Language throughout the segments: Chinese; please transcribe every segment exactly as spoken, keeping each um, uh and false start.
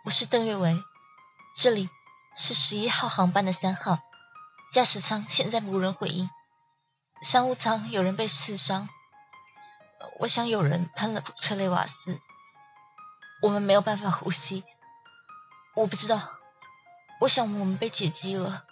我是邓月维，这里是十一号航班的三号，驾驶舱现在无人回应，商务舱有人被刺伤，我想有人喷了催泪瓦斯，我们没有办法呼吸，我不知道，我想我们被解机了。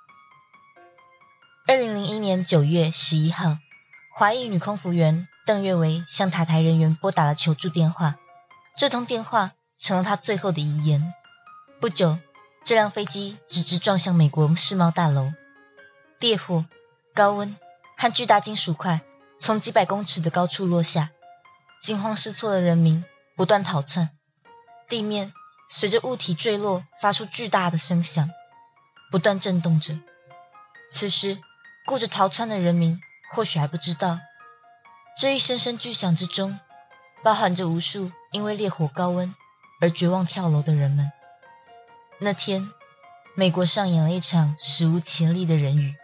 二零零一年九月十一号，华裔女空服员邓月维向塔台人员拨打了求助电话，这通电话成了她最后的遗言。不久，这辆飞机直直撞向美国世贸大楼，烈火、高温和巨大金属块从几百公尺的高处落下，惊慌失措的人民不断逃窜，地面随着物体坠落发出巨大的声响，不断震动着。此时顾着逃窜的人民或许还不知道，这一声声巨响之中包含着无数因为烈火高温而绝望跳楼的人们。那天，美国上演了一场史无前例的人雨。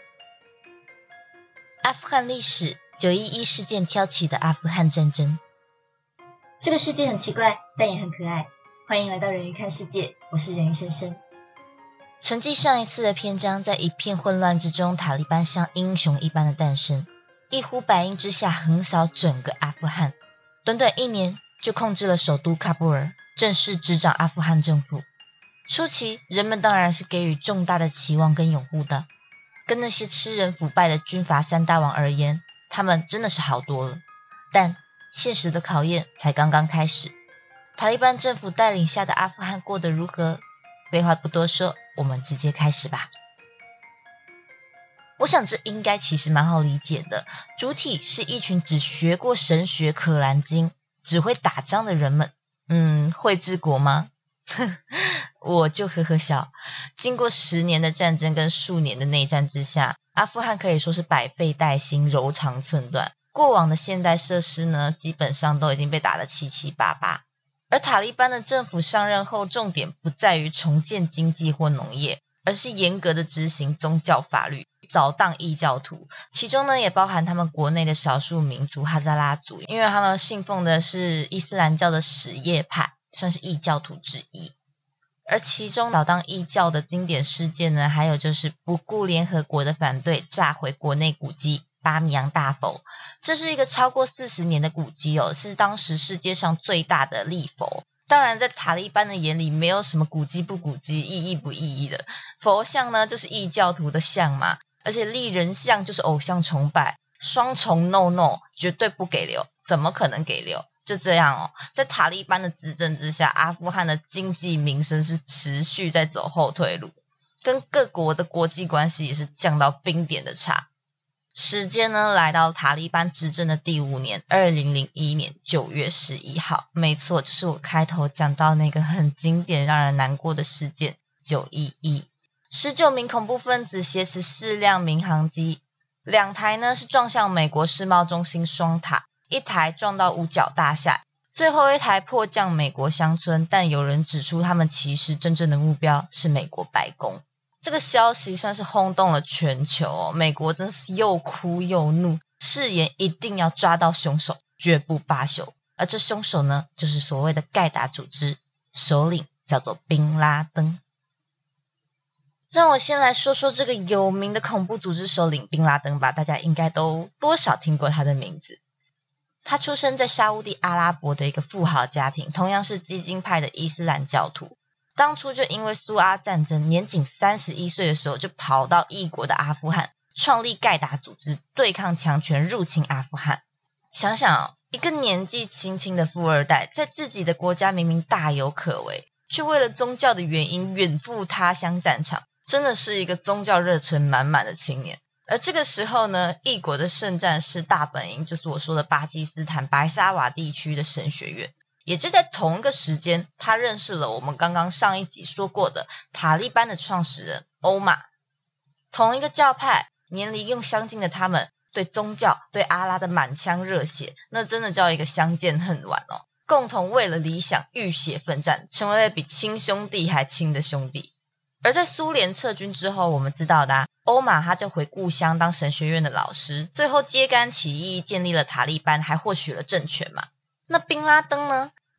阿富汗历史九一一事件挑起的阿富汗战争。 这个世界很奇怪，但也很可爱。欢迎来到人鱼看世界，我是人鱼深深。 承继上一次的篇章，在一片混乱之中，塔利班像英雄一般的诞生，一呼百应之下横扫整个阿富汗，短短一年就控制了首都喀布尔，正式执掌阿富汗政府。初期人们当然是给予重大的期望跟拥护的，跟那些吃人腐败的军阀三大王而言，他们真的是好多了。但现实的考验才刚刚开始，塔利班政府带领下的阿富汗过得如何？废话不多说，我们直接开始吧。我想这应该其实蛮好理解的，主体是一群只学过神学可兰经，只会打仗的人们。嗯，会治国吗？我就呵呵笑。经过十年的战争跟数年的内战之下，阿富汗可以说是百废待兴，柔肠寸断。过往的现代设施呢，基本上都已经被打得七七八八。而塔利班的政府上任后，重点不在于重建经济或农业，而是严格的执行宗教法律，扫荡异教徒。其中呢，也包含他们国内的少数民族哈扎拉族，因为他们信奉的是伊斯兰教的什叶派，算是异教徒之一。而其中扫荡异教的经典事件呢，还有就是不顾联合国的反对，炸毁国内古迹巴米扬大佛。这是一个超过四十年的古迹哦，是当时世界上最大的立佛。当然在塔利班的眼里，没有什么古迹不古迹，意义不意义的，佛像呢就是异教徒的像嘛，而且立人像就是偶像崇拜，双重 no no 绝对不给留，怎么可能给留？就这样哦，在塔利班的执政之下，阿富汗的经济民生是持续在走后退路，跟各国的国际关系也是降到冰点的差。时间呢，来到塔利班执政的第五年，二零零一年九月十一号，没错，就是我开头讲到那个很经典让人难过的事件九一一。十九名恐怖分子挟持四辆民航机，两台呢是撞向美国世贸中心双塔，一台撞到五角大厦，最后一台迫降美国乡村，但有人指出他们其实真正的目标是美国白宫。这个消息算是轰动了全球哦，美国真是又哭又怒，誓言一定要抓到凶手，绝不罢休。而这凶手呢，就是所谓的盖达组织，首领叫做宾拉登。让我先来说说这个有名的恐怖组织首领宾拉登吧，大家应该都多少听过他的名字。他出生在沙烏地阿拉伯的一个富豪家庭，同样是激进派的伊斯兰教徒。当初就因为苏阿战争，年仅三十一岁的时候就跑到异国的阿富汗，创立盖达组织，对抗强权入侵阿富汗。想想哦，一个年纪轻轻的富二代，在自己的国家明明大有可为，却为了宗教的原因远赴他乡战场，真的是一个宗教热忱满满的青年。而这个时候呢，异国的圣战士大本营就是我说的巴基斯坦白沙瓦地区的神学院。也就在同一个时间，他认识了我们刚刚上一集说过的塔利班的创始人欧玛。同一个教派，年龄又相近的他们，对宗教对阿拉的满腔热血，那真的叫一个相见恨晚哦。共同为了理想浴血奋战，成为了比亲兄弟还亲的兄弟。而在苏联撤军之后，我们知道的啊，欧玛他就回故乡当神学院的老师，最后揭竿起义，建立了塔利班，还获取了政权嘛。那宾拉登呢？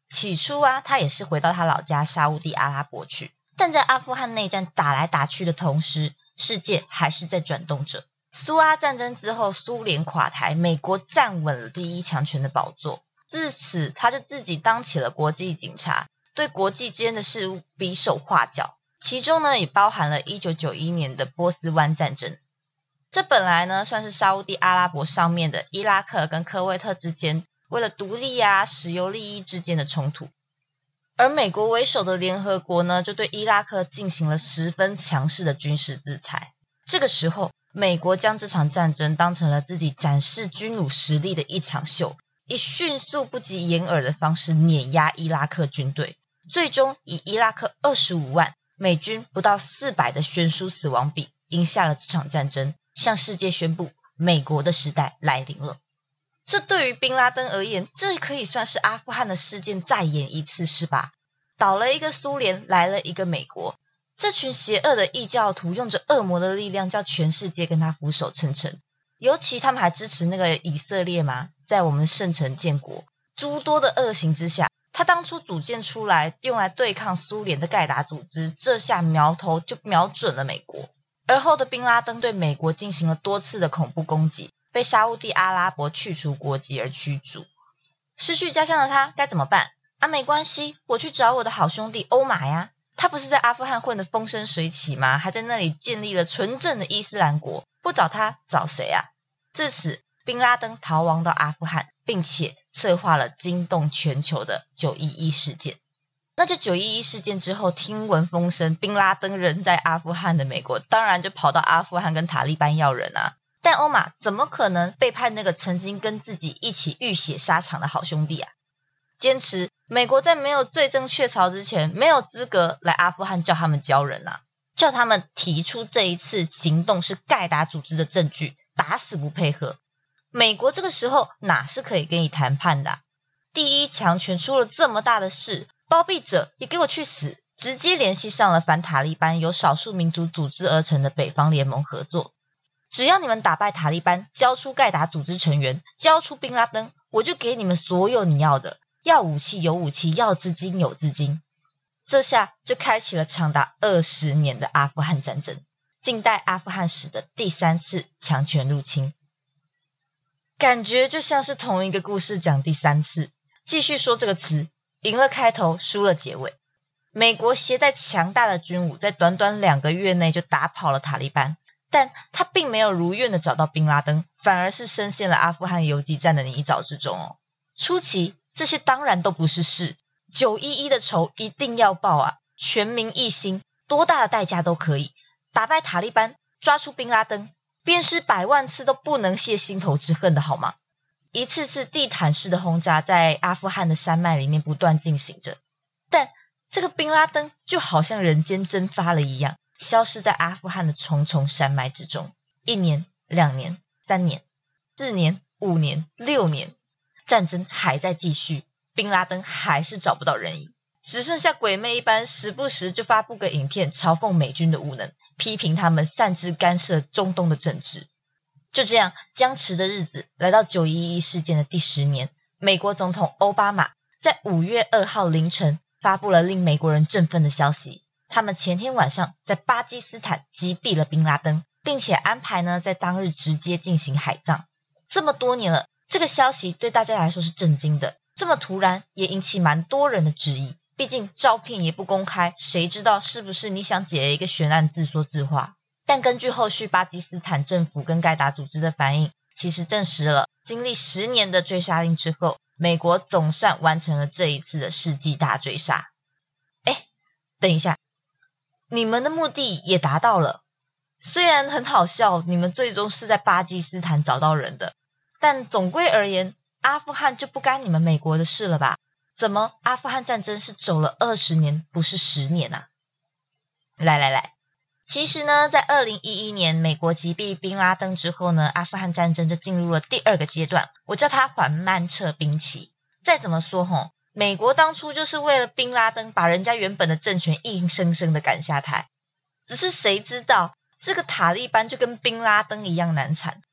起初啊，他也是回到他老家沙烏地阿拉伯去，但在阿富汗内战打来打去的同时，世界还是在转动着。苏阿战争之后，苏联垮台，美国站稳了第一强权的宝座，自此他就自己当起了国际警察，对国际间的事物比手画脚，其中呢也包含了一九九一年的波斯湾战争。这本来呢算是沙烏地阿拉伯上面的伊拉克跟科威特之间为了独立啊石油利益之间的冲突，而美国为首的联合国呢就对伊拉克进行了十分强势的军事制裁。这个时候美国将这场战争当成了自己展示军武实力的一场秀，以迅速不及掩耳的方式碾压伊拉克军队，最终以伊拉克二十五万美军不到四百的悬殊死亡比赢下了这场战争，向世界宣布美国的时代来临了。这对于宾拉登而言，这可以算是阿富汗的事件再演一次是吧？倒了一个苏联，来了一个美国，这群邪恶的异教徒用着恶魔的力量叫全世界跟他俯首称臣，尤其他们还支持那个以色列嘛，在我们圣城建国，诸多的恶行之下，他当初组建出来用来对抗苏联的盖达组织，这下苗头就瞄准了美国。而后的宾拉登对美国进行了多次的恐怖攻击，被沙烏地阿拉伯去除国籍而驱逐。失去家乡的他该怎么办啊？没关系，我去找我的好兄弟欧玛呀，他不是在阿富汗混得风生水起吗？还在那里建立了纯正的伊斯兰国，不找他找谁啊？自此宾拉登逃亡到阿富汗，并且策划了惊动全球的九一一事件。那这九一一事件之后，听闻风声，宾拉登人在阿富汗的美国当然就跑到阿富汗跟塔利班要人啊。但欧玛怎么可能背叛那个曾经跟自己一起浴血沙场的好兄弟啊？坚持美国在没有罪证确凿之前，没有资格来阿富汗叫他们交人啊，叫他们提出这一次行动是盖达组织的证据，打死不配合。美国这个时候哪是可以跟你谈判的啊？第一强权出了这么大的事，包庇者也给我去死，直接联系上了反塔利班由少数民族组织而成的北方联盟合作。只要你们打败塔利班，交出盖达组织成员，交出宾拉登，我就给你们所有你要的，要武器有武器，要资金有资金。这下就开启了长达二十年的阿富汗战争，近代阿富汗史的第三次强权入侵。感觉就像是同一个故事讲第三次，继续说这个词，赢了开头，输了结尾。美国携带强大的军武，在短短两个月内就打跑了塔利班，但他并没有如愿的找到宾拉登，反而是深陷了阿富汗游击战的泥沼之中哦。初期这些当然都不是事，九一一的仇一定要报啊，全民一心，多大的代价都可以，打败塔利班，抓出宾拉登，鞭尸百万次都不能泄心头之恨的好吗？一次次地毯式的轰炸在阿富汗的山脉里面不断进行着，但这个宾拉登就好像人间蒸发了一样，消失在阿富汗的重重山脉之中。一年、两年、三年、四年、五年、六年，战争还在继续，宾拉登还是找不到人影，只剩下鬼魅一般时不时就发布个影片嘲讽美军的无能，批评他们擅自干涉中东的政治。就这样僵持的日子来到九一一事件的第十年，美国总统奥巴马在五月二号凌晨发布了令美国人振奋的消息，他们前天晚上在巴基斯坦击毙了宾拉登，并且安排呢在当日直接进行海葬。这么多年了，这个消息对大家来说是震惊的，这么突然也引起蛮多人的质疑，毕竟照片也不公开，谁知道是不是你想解一个悬案自说自话。但根据后续巴基斯坦政府跟盖达组织的反应，其实证实了经历十年的追杀令之后，美国总算完成了这一次的世纪大追杀。诶，等一下，你们的目的也达到了，虽然很好笑，你们最终是在巴基斯坦找到人的，但总归而言，阿富汗就不干你们美国的事了吧？怎么阿富汗战争是走了二十年，不是十年啊？来来来，其实呢，在二零一一年美国击毙宾拉登之后呢，阿富汗战争就进入了第二个阶段，我叫它缓慢撤兵期。再怎么说齁，美国当初就是为了宾拉登把人家原本的政权硬生生的赶下台，只是谁知道这个塔利班就跟宾拉登一样难缠，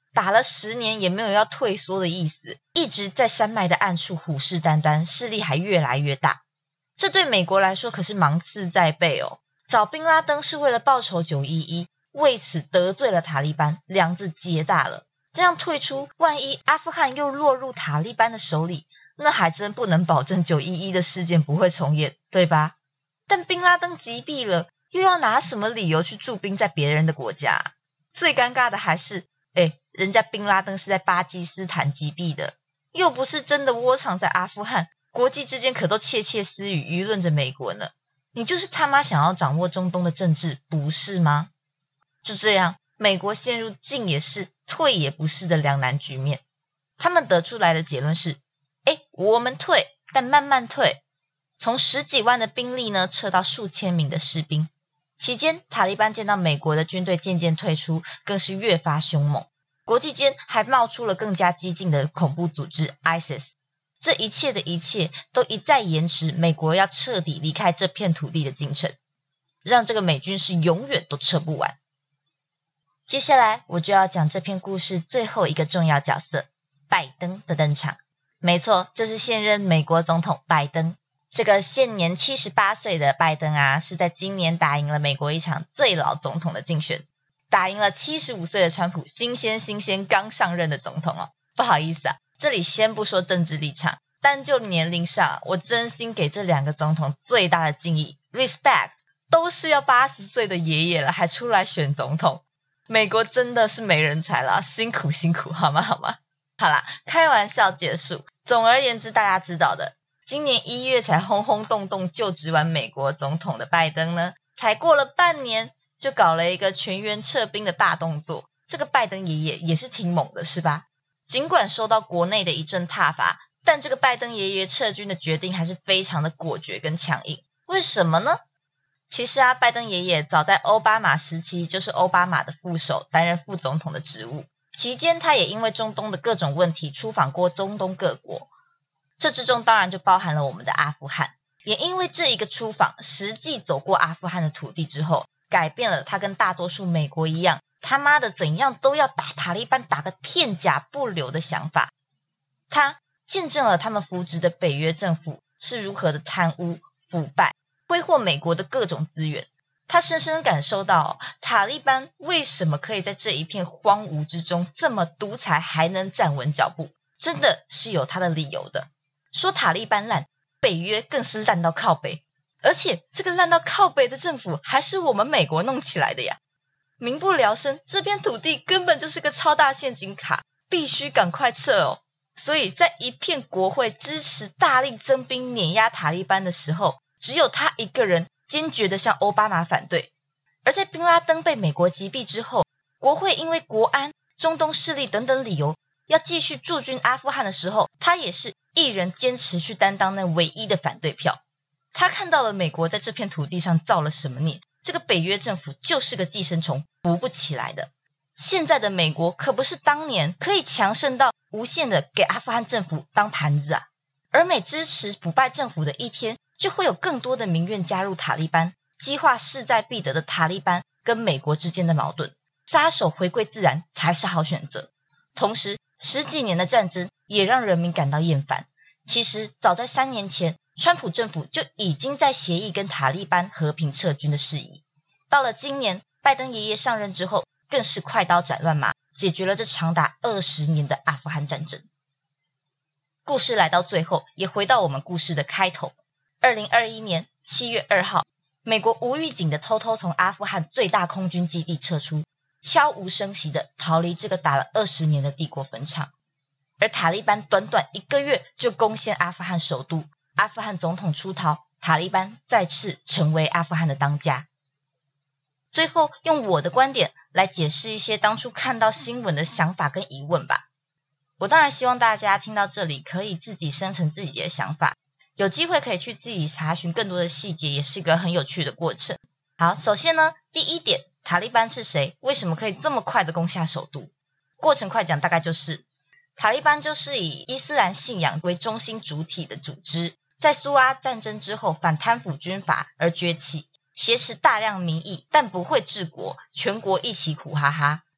打了十年也没有要退缩的意思，一直在山脉的暗处虎视眈眈，势力还越来越大。这对美国来说可是芒刺在背哦。找宾拉登是为了报仇九一一，为此得罪了塔利班，梁子结大了。这样退出，万一阿富汗又落入塔利班的手里，那还真不能保证九一一的事件不会重演，对吧？但宾拉登击毙了，又要拿什么理由去驻兵在别人的国家？最尴尬的还是，诶，人家宾拉登是在巴基斯坦击毙的，又不是真的窝藏在阿富汗，国际之间可都窃窃私语，舆论着美国呢。你就是他妈想要掌握中东的政治，不是吗？就这样，美国陷入进也是退也不是的两难局面。他们得出来的结论是，诶，我们退，但慢慢退，从十几万的兵力呢撤到数千名的士兵。期间塔利班见到美国的军队渐渐退出，更是越发凶猛，国际间还冒出了更加激进的恐怖组织 I S I S。 这一切的一切都一再延迟美国要彻底离开这片土地的进程，让这个美军是永远都撤不完。接下来我就要讲这篇故事最后一个重要角色，拜登的登场。没错，这是现任美国总统拜登。这个现年七十八岁的拜登啊，是在今年打赢了美国一场最老总统的竞选，打赢了七十五岁的川普，新鲜新鲜刚上任的总统哦。不好意思啊，这里先不说政治立场，单就年龄上，我真心给这两个总统最大的敬意 respect， 都是要八十岁的爷爷了，还出来选总统，美国真的是没人才啦，辛苦辛苦，好吗好吗？好啦，开玩笑结束。总而言之，大家知道的，今年一月才轰轰动动就职完美国总统的拜登呢，才过了半年就搞了一个全员撤兵的大动作。这个拜登爷爷也是挺猛的，是吧？尽管受到国内的一阵挞伐，但这个拜登爷爷撤军的决定还是非常的果决跟强硬。为什么呢？其实啊，拜登爷爷早在奥巴马时期就是奥巴马的副手，担任副总统的职务。期间他也因为中东的各种问题出访过中东各国，这之中当然就包含了我们的阿富汗。也因为这一个出访，实际走过阿富汗的土地之后，改变了他跟大多数美国一样，他妈的怎样都要打塔利班打个片甲不留的想法。他见证了他们扶植的北约政府是如何的贪污腐败，挥霍美国的各种资源。他深深感受到、哦、塔利班为什么可以在这一片荒芜之中这么独裁还能站稳脚步，真的是有他的理由的。说塔利班烂，北约更是烂到靠北，而且这个烂到靠北的政府还是我们美国弄起来的呀。民不聊生，这片土地根本就是个超大陷阱卡，必须赶快撤哦。所以在一片国会支持大力增兵碾压塔利班的时候，只有他一个人坚决地向奥巴马反对。而在宾拉登被美国击毙之后，国会因为国安、中东势力等等理由要继续驻军阿富汗的时候，他也是一人坚持去担当那唯一的反对票。他看到了美国在这片土地上造了什么孽，这个北约政府就是个寄生虫，扶不起来的。现在的美国可不是当年可以强盛到无限的给阿富汗政府当盘子啊。而每支持腐败政府的一天，就会有更多的民怨加入塔利班，激化势在必得的塔利班跟美国之间的矛盾。撒手回归自然才是好选择。同时，十几年的战争也让人民感到厌烦。其实早在三年前，川普政府就已经在协议跟塔利班和平撤军的事宜。到了今年，拜登爷爷上任之后，更是快刀斩乱麻，解决了这长达二十年的阿富汗战争。故事来到最后，也回到我们故事的开头。二零二一年七月二号，美国无预警的偷偷从阿富汗最大空军基地撤出，悄无声息的逃离这个打了二十年的帝国坟场。而塔利班短短一个月就攻陷阿富汗首都，阿富汗总统出逃，塔利班再次成为阿富汗的当家。最后用我的观点来解释一些当初看到新闻的想法跟疑问吧。我当然希望大家听到这里可以自己生成自己的想法，有机会可以去自己查询更多的细节，也是一个很有趣的过程。好，首先呢，第一点，塔利班是谁？为什么可以这么快的攻下首都？过程快讲，大概就是塔利班就是以伊斯兰信仰为中心主体的组织，在苏阿战争之后反贪腐军阀而崛起，挟持大量民意，但不会治国，全国一起苦哈哈。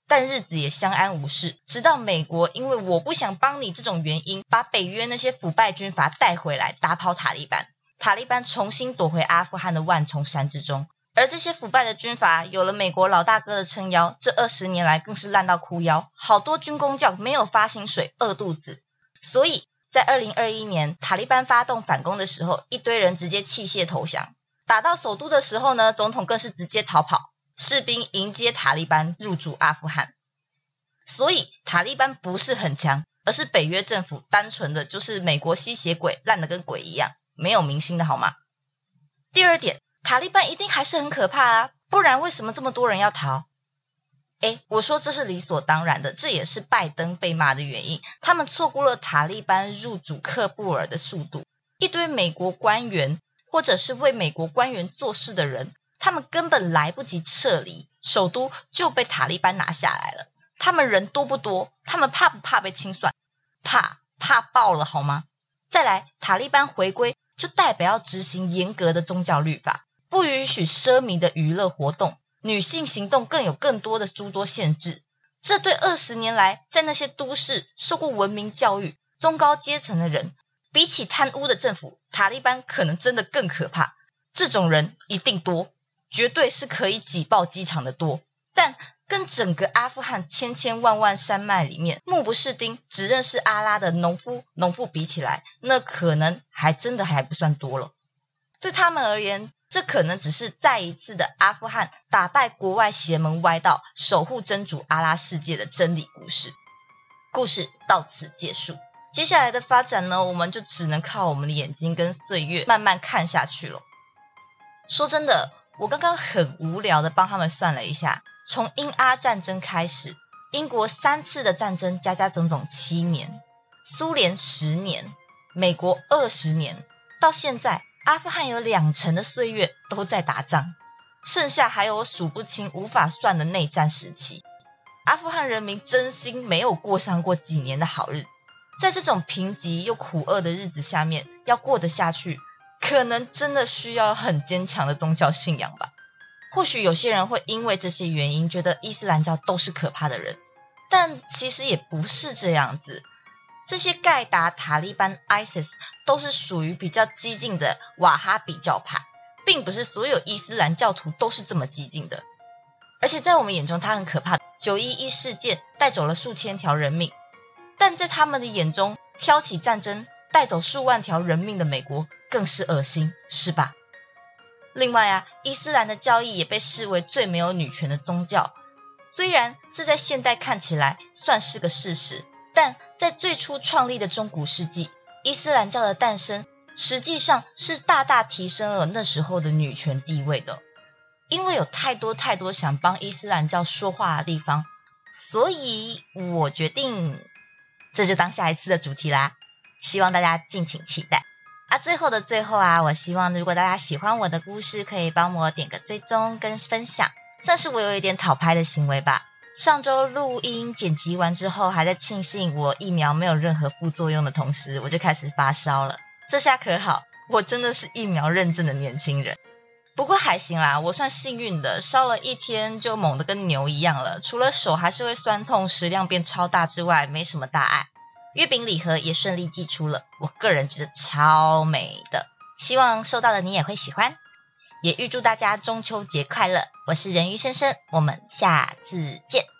但日子也相安无事，直到美国因为我不想帮你这种原因，把北约那些腐败军阀带回来打跑塔利班，塔利班重新躲回阿富汗的万重山之中。而这些腐败的军阀有了美国老大哥的撑腰，这二十年来更是烂到哭腰，好多军公教没有发薪水，饿肚子。所以在二零二一年塔利班发动反攻的时候，一堆人直接弃械投降，打到首都的时候呢，总统更是直接逃跑，士兵迎接塔利班入主阿富汗。所以塔利班不是很强，而是北约政府单纯的就是美国吸血鬼，烂得跟鬼一样，没有民心的好吗？第二点，塔利班一定还是很可怕啊，不然为什么这么多人要逃？诶，我说这是理所当然的，这也是拜登被骂的原因，他们错过了塔利班入主喀布尔的速度。一堆美国官员或者是为美国官员做事的人，他们根本来不及撤离，首都就被塔利班拿下来了。他们人多不多？他们怕不怕被清算？怕，怕爆了好吗？再来，塔利班回归就代表要执行严格的宗教律法，不允许奢靡的娱乐活动，女性行动更有更多的诸多限制。这对二十年来在那些都市受过文明教育、中高阶层的人，比起贪污的政府，塔利班可能真的更可怕。这种人一定多，绝对是可以挤爆机场的多，但跟整个阿富汗千千万万山脉里面目不识丁只认识阿拉的农夫农妇比起来，那可能还真的还不算多了。对他们而言，这可能只是再一次的阿富汗打败国外邪门歪道，守护真主阿拉世界的真理故事。故事到此结束，接下来的发展呢，我们就只能靠我们的眼睛跟岁月慢慢看下去了。说真的，我刚刚很无聊的帮他们算了一下，从英阿战争开始，英国三次的战争加加总总七年，苏联十年，美国二十年，到现在阿富汗有两成的岁月都在打仗，剩下还有数不清无法算的内战时期。阿富汗人民真心没有过上过几年的好日子，在这种贫瘠又苦厄的日子下面，要过得下去，可能真的需要很坚强的宗教信仰吧。或许有些人会因为这些原因觉得伊斯兰教都是可怕的人，但其实也不是这样子。这些盖达、塔利班、I S I S 都是属于比较激进的瓦哈比教派，并不是所有伊斯兰教徒都是这么激进的。而且在我们眼中它很可怕，九一一事件带走了数千条人命，但在他们的眼中，挑起战争带走数万条人命的美国更是恶心，是吧？另外啊，伊斯兰的教义也被视为最没有女权的宗教，虽然这在现代看起来算是个事实，但在最初创立的中古世纪，伊斯兰教的诞生实际上是大大提升了那时候的女权地位的。因为有太多太多想帮伊斯兰教说话的地方，所以我决定这就当下一次的主题啦，希望大家敬请期待啊！最后的最后啊，我希望如果大家喜欢我的故事，可以帮我点个追踪跟分享，算是我有一点讨拍的行为吧。上周录音剪辑完之后，还在庆幸我疫苗没有任何副作用的同时，我就开始发烧了。这下可好，我真的是疫苗认证的年轻人。不过还行啦，我算幸运的，烧了一天就猛得跟牛一样了，除了手还是会酸痛，食量变超大之外，没什么大碍。月饼礼盒也顺利寄出了，我个人觉得超美的，希望收到的你也会喜欢。也预祝大家中秋节快乐，我是人鱼生生，我们下次见。